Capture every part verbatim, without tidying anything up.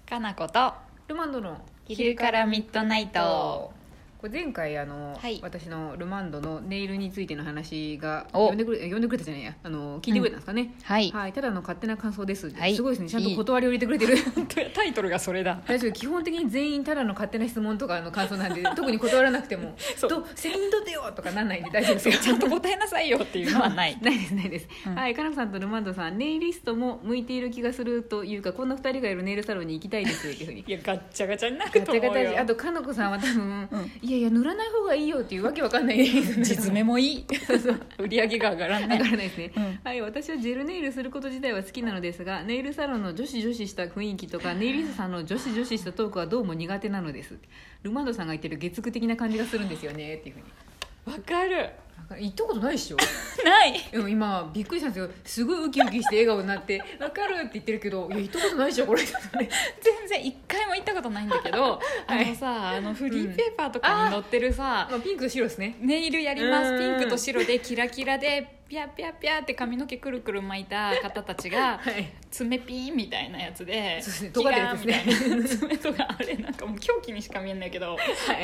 かなことルマンドの昼からミッドナイト。 これ前回あの、 はい、 私のルマンドのネイルについての話がお呼んでくれ呼んでくれたじゃないやあの聞いてくれたんですかね、 うん、はい、 はい、ただの勝手な感想です、 はい、 すごいですね、ちゃんと断りを入れてくれてるタイトルがそれだ。 大丈夫、基本的に全員ただの勝手な質問とかの感想なんで特に断らなくてもと責任取ってよとかなんないんで大丈夫ですよちゃんと答えなさいよっていうのはないないですないです、 うん、 はい、かなこさんとルマンドさん、ネイリストも向いている気がするというか、こんなふたりがいるネイルサロンに行きたいですっていうふうにいやガッチャガチャになると思うよ。 ガチャガチャ、あとかなこさんは多分、うん、いやいや塗らない方がいいよっていうわけわかんない実名もいいそうそう売り上げが上がらない、 上がらないですね、 うん、 はい、私はジェルネイルすること自体は好きなのですが、ネイルサロンの女子女子した雰囲気とかネイリストさんの女子女子したトークはどうも苦手なのです。ルマンドさんが言ってる月9的な感じがするんですよねっていうふうに。 わかる。 行ったことないっしょないでも今びっくりしたんですよ、すごいウキウキして笑顔になってわかるって言ってるけど、いや行ったことないっしょこれ全然一回も行ったことないんだけど、はい、あのさあのフリーペーパーとかに載ってるさ、 うん、まあ、ピンクと白ですね、 ネイルやりますピンクと白でキラキラでピャピャピャって髪の毛くるくる巻いた方たちが、はい、爪ピンみたいなやつで、 そうですね、尖ってるやつですね爪とかあれなんかもう狂気にしか見えないけど、はい、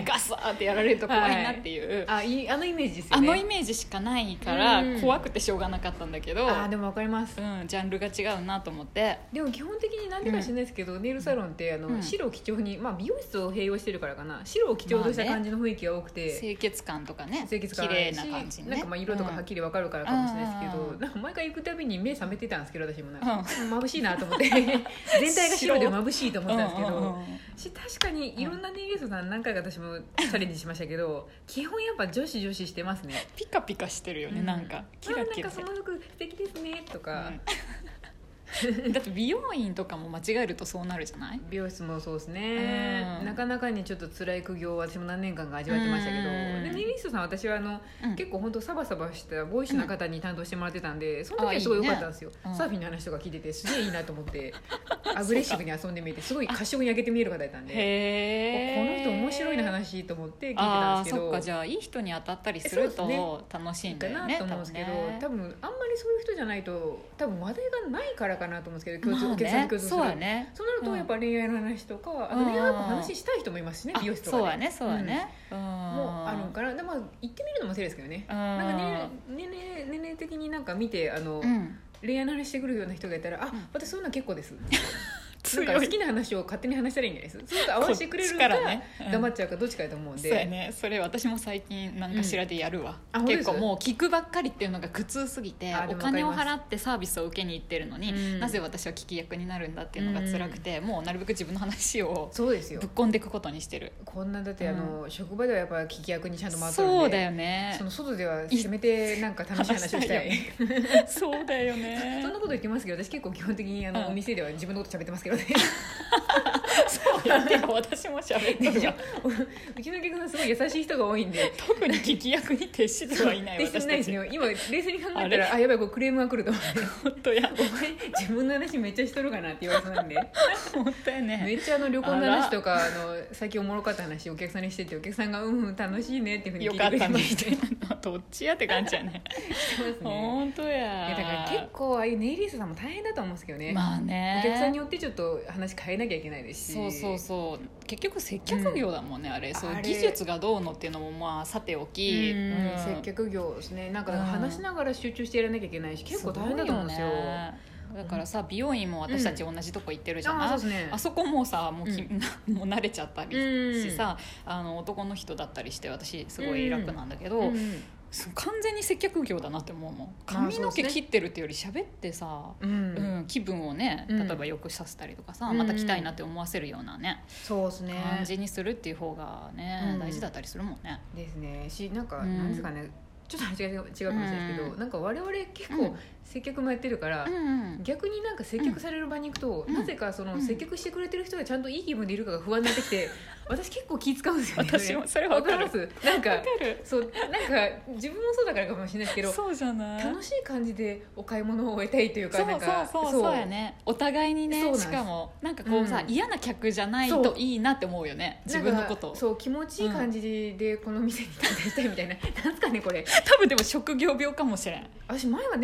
ガサーってやられると怖いなっていう、 はい、あ, あのイメージですよね。 あのイメージしかないから怖くてしょうがなかったんだけど、 あでも分かります、 うん、ジャンルが違うなと思って。 でも基本的に何でか知らないですけど、うん、ネイルサロンってあの、うん、白を基調に、まあ、美容室を併用してるからかな、白を基調とした感じの雰囲気が多くて、まあね、 清潔感とかね、 清潔感綺麗な感じね、 なんかまあ色とかはっきり分かるからかもしれないですけど、うん、なんか毎回行くたびに目覚めてたんですけど、私もなんか、うん、眩しいなと思って全体が白で眩しいと思ったんですけど、うんうんうん、し確かにいろんなネイリストさん何回か私もチャレンジしましたけど基本やっぱ女子女子してますね。 ピカピカしてるよね、うん、なんかキラキラ、 なんかその服素敵ですねとか、うんだって美容院とかも間違えるとそうなるじゃない。 美容室もそうですね、うん、なかなかにちょっと辛い苦行を私も何年間か味わってましたけど、でネイリストさん私はあの、うん、結構本当サバサバしたボーイッシュな方に担当してもらってたんで、うん、その時はすごい良かったんですよ、いいね、うん、サーフィンの話とか聞いててすげえいいなと思ってアグレッシブに遊んでみえてすごい褐色に焼けて見える方だったんで、 へこの人面白いな話と思って聞いてたんですけど、 あそっか、じゃあいい人に当たったりすると楽しいんだよね、 かなと思うんですけど、多分あんまりそういう人じゃないと多分話題がないからかなと思うんですけど、共通、まあね、お客さんと共通する、そうやね、そうなるとやっぱ恋愛の話とか、うん、あと恋愛の話したい人もいますしね、美容室とかで、 そうやねそうやね、 うん、もうあるから、でも行ってみるのもせいですけどね、なんかね年齢年齢的になんか見てあの、うん、恋愛の話してくるような人がいたら、あ、うん、私そういうの結構ですなんか好きな話を勝手に話したらいいんじゃないですか。そうすると合わせてくれるかね、うん、黙っちゃうかどっちかだと思うんで、 そうやね、それ私も最近何かしらでやるわ、うん、結構もう聞くばっかりっていうのが苦痛すぎて、お金を払ってサービスを受けに行ってるのに、うん、なぜ私は聞き役になるんだっていうのが辛くて、うん、もうなるべく自分の話をぶっ込んでいくことにしてる。 こんなだってあの、うん、職場ではやっぱ聞き役にちゃんと回ってるんで、 そうだよね、 その外ではせめてなんか楽しい話をしたいそうだよねそんなこと言ってますけど、私結構基本的にあの、うん、お店では自分のこと喋ってますけどねそうやって私も喋ってるわうちの客さんすごい優しい人が多いんで特に聞き役に徹してはいない。 徹してないですね。今冷静に考えたら あ, あやばいこれクレームが来ると思って本当や、 お前自分の話めっちゃしとるかなって言われそうなんで本当やね、 めっちゃあの旅行の話とかあの最近おもろかった話お客さんにしてて、お客さんがうんうん楽しいねっていうふうに聞いてくれまして、 よかったねどっちやって感じやねしてますね。 本当や。 いやだから結構ああいうネイリストさんも大変だと思うんですけどね。 まあね、 お客さんによってちょっと話変えなきゃいけないですし、 そうそうそう、結局接客業だもんね、うん、あれそう技術がどうのっていうのもまあさておき、 うんうん、接客業ですね。なんか話しながら集中してやらなきゃいけないし、結構大変だと思うんですよ。 だからさ、美容院も私たち同じとこ行ってるじゃない、うん、あ, あ, そうですね、 あそこもさもうき、うん、もう慣れちゃったりしさ、 うん、 あの男の人だったりして私すごい楽なんだけど、 うんうん、 完全に接客業だなって思うもん。髪の毛切ってるっていうより喋ってさ、うんうん、気分をね、例えば良くさせたりとかさ、うん、また来たいなって思わせるようなね、 そうですね、 感じにするっていう方がね、うん、大事だったりするもんね。 ですね。しなんか、うん、なんですかね、ちょっと話が違うかもしれないですけど、うん、なんか我々結構接客もやってるから、うん、逆になんか接客される場に行くと、うん、なぜかその接客してくれてる人がちゃんといい気分でいるかが不安になってきて、私結構気使うんですよね。 私もそれは分かる。 分かります。なんかそうなんか自分もそうだからかもしれないですけど、 そうじゃない、 楽しい感じでお買い物を終えたいというか、 そうなんかそうそうそうそうやね、お互いにね、しかもなんかこうさ、うん、嫌な客じゃないといいなって思うよね、自分のことを。 そう気持ちいい感じでこの店に滞在したいみたいな、うん、なんすかねこれ。 多分でも職業病かもしれん。 私前はでもやっぱそういう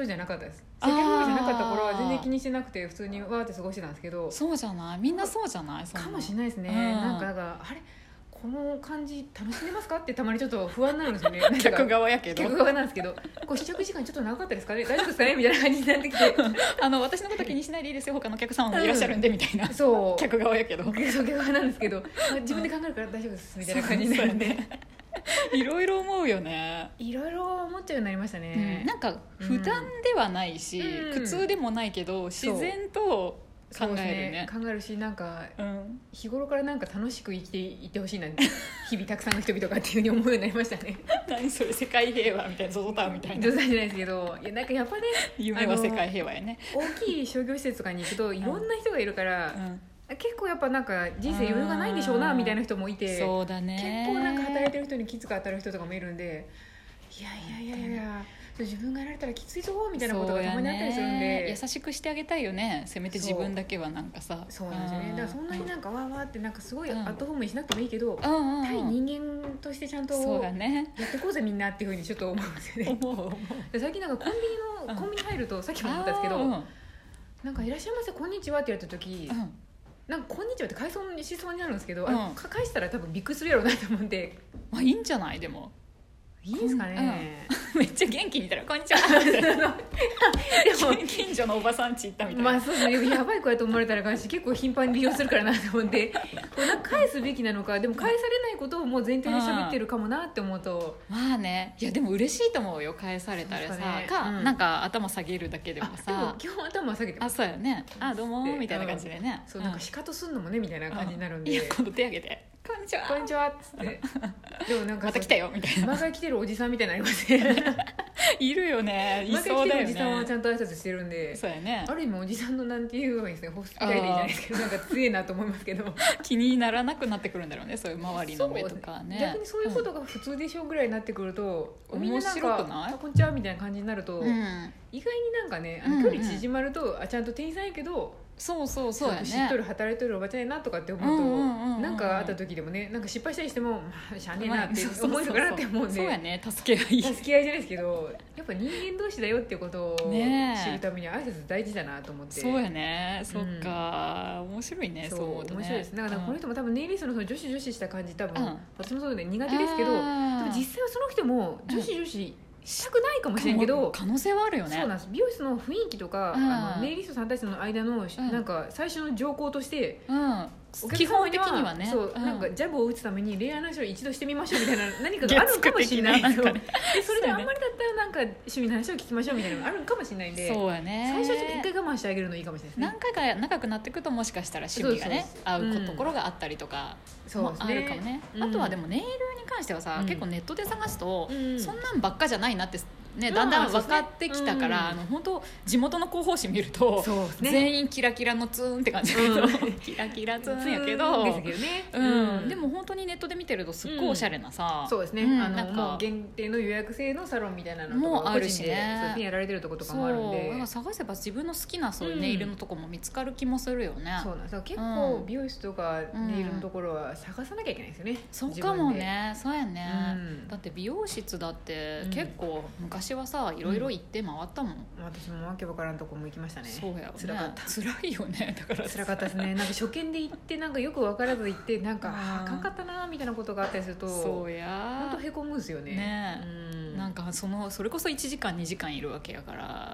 じゃなかったです。世間風じゃなかった頃は全然気にしてなくて普通にわーって過ごしてたんですけど、 そうじゃない、みんなそうじゃない、そんなかもしれないですね、 うん、 なんかだからあれこの感じ楽しんでますかってたまにちょっと不安になるんですよね客側やけど客側なんですけど、こう試着時間ちょっと長かったですかね、大丈夫ですかねみたいな感じになってきてあの私のこと気にしないでいいですよ、他のお客様もいらっしゃるんでみたいな、 うん、そう客側やけどそう客側なんですけど、まあ、自分で考えるから大丈夫ですみたいな感じになるんでいろいろ思うよね、 いろいろ思っちゃうようになりましたね、 うん、なんか負担ではないし、うん、苦痛でもないけど自然と考えるね、 考えるし、なんか、 うん、 日頃からなんか楽しく生きていってほしいな日々たくさんの人々がっていうふうに思うようになりましたね何それ世界平和みたいな、ゾゾタウンみたいな、 ゾゾタウンじゃないですけど、いやなんかやっぱね夢は世界平和やね、 大きい商業施設とかに行くといろんな人がいるから、うんうん結構やっぱなんか人生余裕がないんでしょうなみたいな人もいて、 そうだね、 結構なんか働いてる人にきつく当たる人とかもいるんで、いやいやいやいや自分がやられたらきついぞみたいなことがたまにあったりするんで、 ね、優しくしてあげたいよね、せめて自分だけはなんかさ、 そうなんですよね、だからそんなになんかわーわーってなんかすごいアットホームにしなくてもいいけど、 うんうんうん、 対人間としてちゃんとやってこうぜみんなっていうふうにちょっと思うんですよね思う思うで最近なんかコンビニの、うん、コンビニ入るとさっきも思ったんですけど、うん、なんかいらっしゃいませこんにちはって言われた時、うんなんかこんにちはって返そうしそうになるんですけど、うん、あ返したら多分びっくりするやろうなと思うんで、 まあいいんじゃない、でもいいんですかね、 うん、めっちゃ元気にいたらこんにちはでも近所のおばさん家行ったみたいな、 まあそうですね、やばい子やと思われたら結構頻繁に利用するからなと思ってこうなんか返すべきなのか、でも返されないことをもう前提で喋ってるかもなって思うと、 まあね、いやでも嬉しいと思うよ、返されたらさ、ね、か、うん、なんか頭下げるだけでもさ、でも基本頭下げてます。 あそうやね、あどうもみたいな感じでね、 そうなんかシカトすんのもねみたいな感じになるんで、 いや今度手挙げてこんにちはこんにちはっつってでもなんかまた来たよみたいな、 毎回来てるおじさんみたいになりますねいるよね、い毎回来てるおじさんはちゃんと挨拶してるんで、 そうやね、 ある意味おじさんのなんていうのがいいですね、ホスピタリティじゃないですけど、なんか強いなと思いますけど気にならなくなってくるんだろうね、そういう周りの目とかね、 逆にそういうことが普通でしょうぐらいになってくると、うん、みんななんか面白くない？ こんにちはみたいな感じになると、うん、意外になんかね、あの距離縮まると、うんうん、あちゃんと店員さんやけどそうそうそうやね、 しっとり働いてるおばちゃんやなとかって思うと、うんうんうんうん、なんかあった時でもね、なんか失敗したりしても、まあ、しゃあねえなって思えるかなって思うんで、 そうやね、助け合い助け合いじゃないですけど、やっぱ人間同士だよっていうことを知るために挨拶大事だなと思って、 そうやね、そっか、面白いね、そう思うとね、 面白いです。だからこの人も多分ネイリストのその女子女子した感じ多分、うん、私もそうで苦手ですけど、でも実際はその人も女子女子したくないかもしれんけど、 可能性はあるよね。 そうなんです。美容室の雰囲気とか、うん、あのネイリストさんたちの間の、うん、なんか最初の条項として、うん、 基本的にはね、 そう、うん、なんかジャブを打つために恋愛の話を一度してみましょうみたいな何かがあるかもしれないけど、ね、でそれであんまりだったらなんか趣味の話を聞きましょうみたいなのがあるかもしれないんで、 そうやね、 最初はちょっと一回我慢してあげるのいいかもしれないですね。 何回か長くなっていくともしかしたら趣味がね合うところがあったりとかもあるかもね。あとはでもネイルに関してはさ、うん、結構ネットで探すと、うん、そんなんばっかじゃないなってね、だんだん分かってきたから、あの本当地元の広報誌見ると、ね、全員キラキラのツーンって感じだけど、うん、キラキラツーンやけど、 ですけどね、 うん、でも本当にネットで見てるとすっごいおしゃれなさ、 うん、そうですね、うん、あのもう限定の予約制のサロンみたいなのとかもあるしね、 やられてるとことかもあるんで、 そうだから探せば自分の好きなそういうネイルのとこも見つかる気もするよね、 うん、そうなんです。結構美容室とかネイルのところは探さなきゃいけないですよね、うん、 そうかもね、そうやね、うん、だって美容室だって結構昔はさ、いろいろ行って回ったもん、うん、 私もわけわからんとこも行きましたね。 そうや、ね、 辛かった。 辛いよね、だから辛かったですね。なんか初見で行ってなんかよくわからず行ってなんかあかんかったなみたいなことがあったりすると、 そうや本当へこむんですよね。 ね、うん、なんかそのそれこそいちじかんにじかんいるわけやから、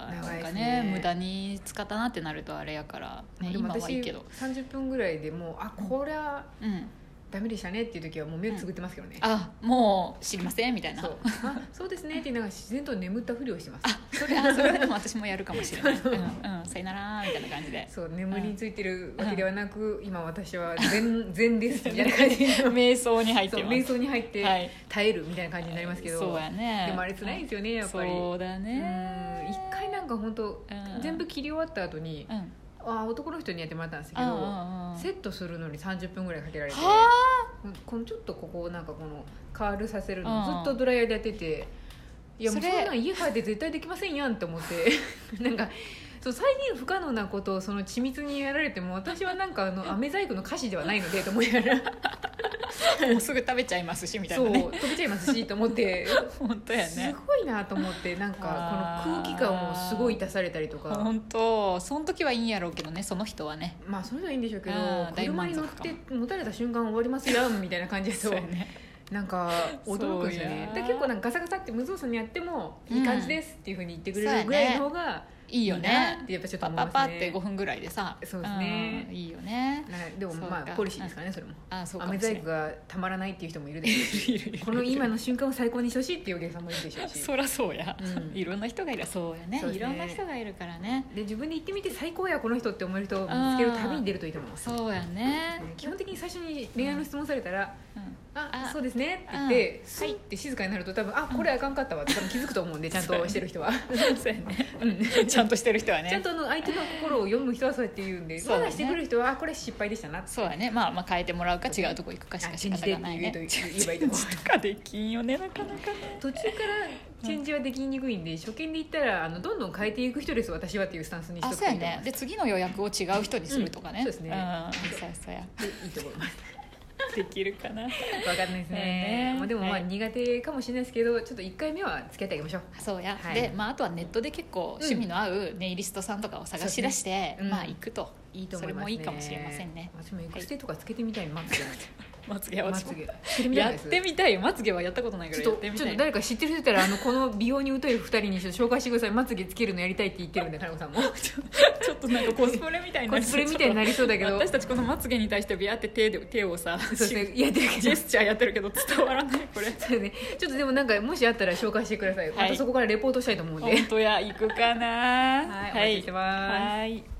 長いですね、なんかね無駄に使ったなってなるとあれやから、ね、 でも今はいいけどさんじゅっぷんぐらいでもうあこりゃ、うん、ダメでしたねっていう時はもう目をつぶってますけどね、 うん、あもう知りませんみたいな、 そうあそうですねって言いながら自然と眠ったふりをしてます。 あそれはそれはでも私もやるかもしれない、うんうん、さよならみたいな感じで、 そう眠りについてるわけではなく、うん、今私は禅禅ですみたいな感じで瞑想に入ってます。 瞑想に入って耐えるみたいな感じになりますけど、 そうやね、 でもあれ辛いんですよね、やっぱり。 そうだね、 うん一回なんか本当、うん、全部切り終わった後に、うんあ男の人にやってもらったんですけど、セットするのにさんじゅっぷんぐらいかけられて、このちょっとここなんかこのカールさせるのずっとドライヤーでやってて、いやもうそんなん家入って絶対できませんやんって思ってなんかそう再現不可能なことをその緻密にやられても私はなんかあの飴細工の歌詞ではないのでと思いながらもうすぐ食べちゃいますしみたいなね、 そう食べちゃいますしと思って本当やね、 すごいなと思って、なんかこの空気感をすごい出されたりとか。 本当その時はいいんやろうけどね、その人はね、 まあその人はいいんでしょうけど、 大車に乗って持たれた瞬間終わりますよみたいな感じだとね、なんか驚くんですよね。で結構なんかガサガサって無造作にやってもいい感じですっていうふうに言ってくれるぐらいの方がいいよね。 ってやっぱちょっと思いパますね。 パパってごふんぐらいでさ、 そうですね、 いいよね。 でもまあポリシーですからね、それも。 あ、そうかもしれない。飴細工がたまらないっていう人もいるでしょうしこの今の瞬間を最高にしてほしいっていうお客さんもいるでしょうしそりゃそうや、いろんな人がいる。そうやね、いろんな人がいるからね。 で自分で行ってみて最高やこの人って思える人を見つける旅に出るといいと思います。 そうやね。 基本的に最初に恋愛の質問されたら、あ、そうですねって言ってスイッて静かになると多分、あ、これあかんかったわって多分気づくと思うんで、ちゃんとしてる人はそうやね、ちゃんとしてる人はね、 ちゃんとあの相手の心を読む人はそうやって言うんで、まだしてくる人はこれ失敗でしたなって。 そうやね、まあまあ変えてもらうか違うとこ行くかしか仕方がないね。 チェンジでって言えばいいと思う。 とかできんよね、なかなかね。 途中からチェンジはできにくいんで、初見で言ったらあのどんどん変えていく人です私はっていうスタンスにしとくといいと思います。 あ、そうやね。で次の予約を違う人にするとかね、 そうですね、 そうそうや、 いいと思いますできるかな、分かんないですね、まあ、でもまあ苦手かもしれないですけど、ちょっといっかいめは付き合ってあげましょう。 そうや、で、まあ、あとはネットで結構趣味の合うネイリストさんとかを探し出して、まあ行くといいと思いますね。それもいいかもしれませんね。 私もエクステとかつけてみたい、まつげまつげはやってみたいよ。まつげはやったことないからやってみたい。 ちょっと誰か知ってる人いたら、あのこの美容に疎いふたりにちょっと紹介してください。まつげつけるのやりたいって言ってるんで、金子さんもちょっとなんかコスプレみたいになりそう。 コスプレみたいになりそうだけど、 私たちこのまつげに対してビャーって手で手をさ、 そうですね、やってるけどジェスチャーやってるけど伝わらないこれ。 そうね、ちょっとでもなんかもしあったら紹介してください。またそこからレポートしたいと思うんで。 本当や、行くかな。 はい、お待ちしてます。 はい。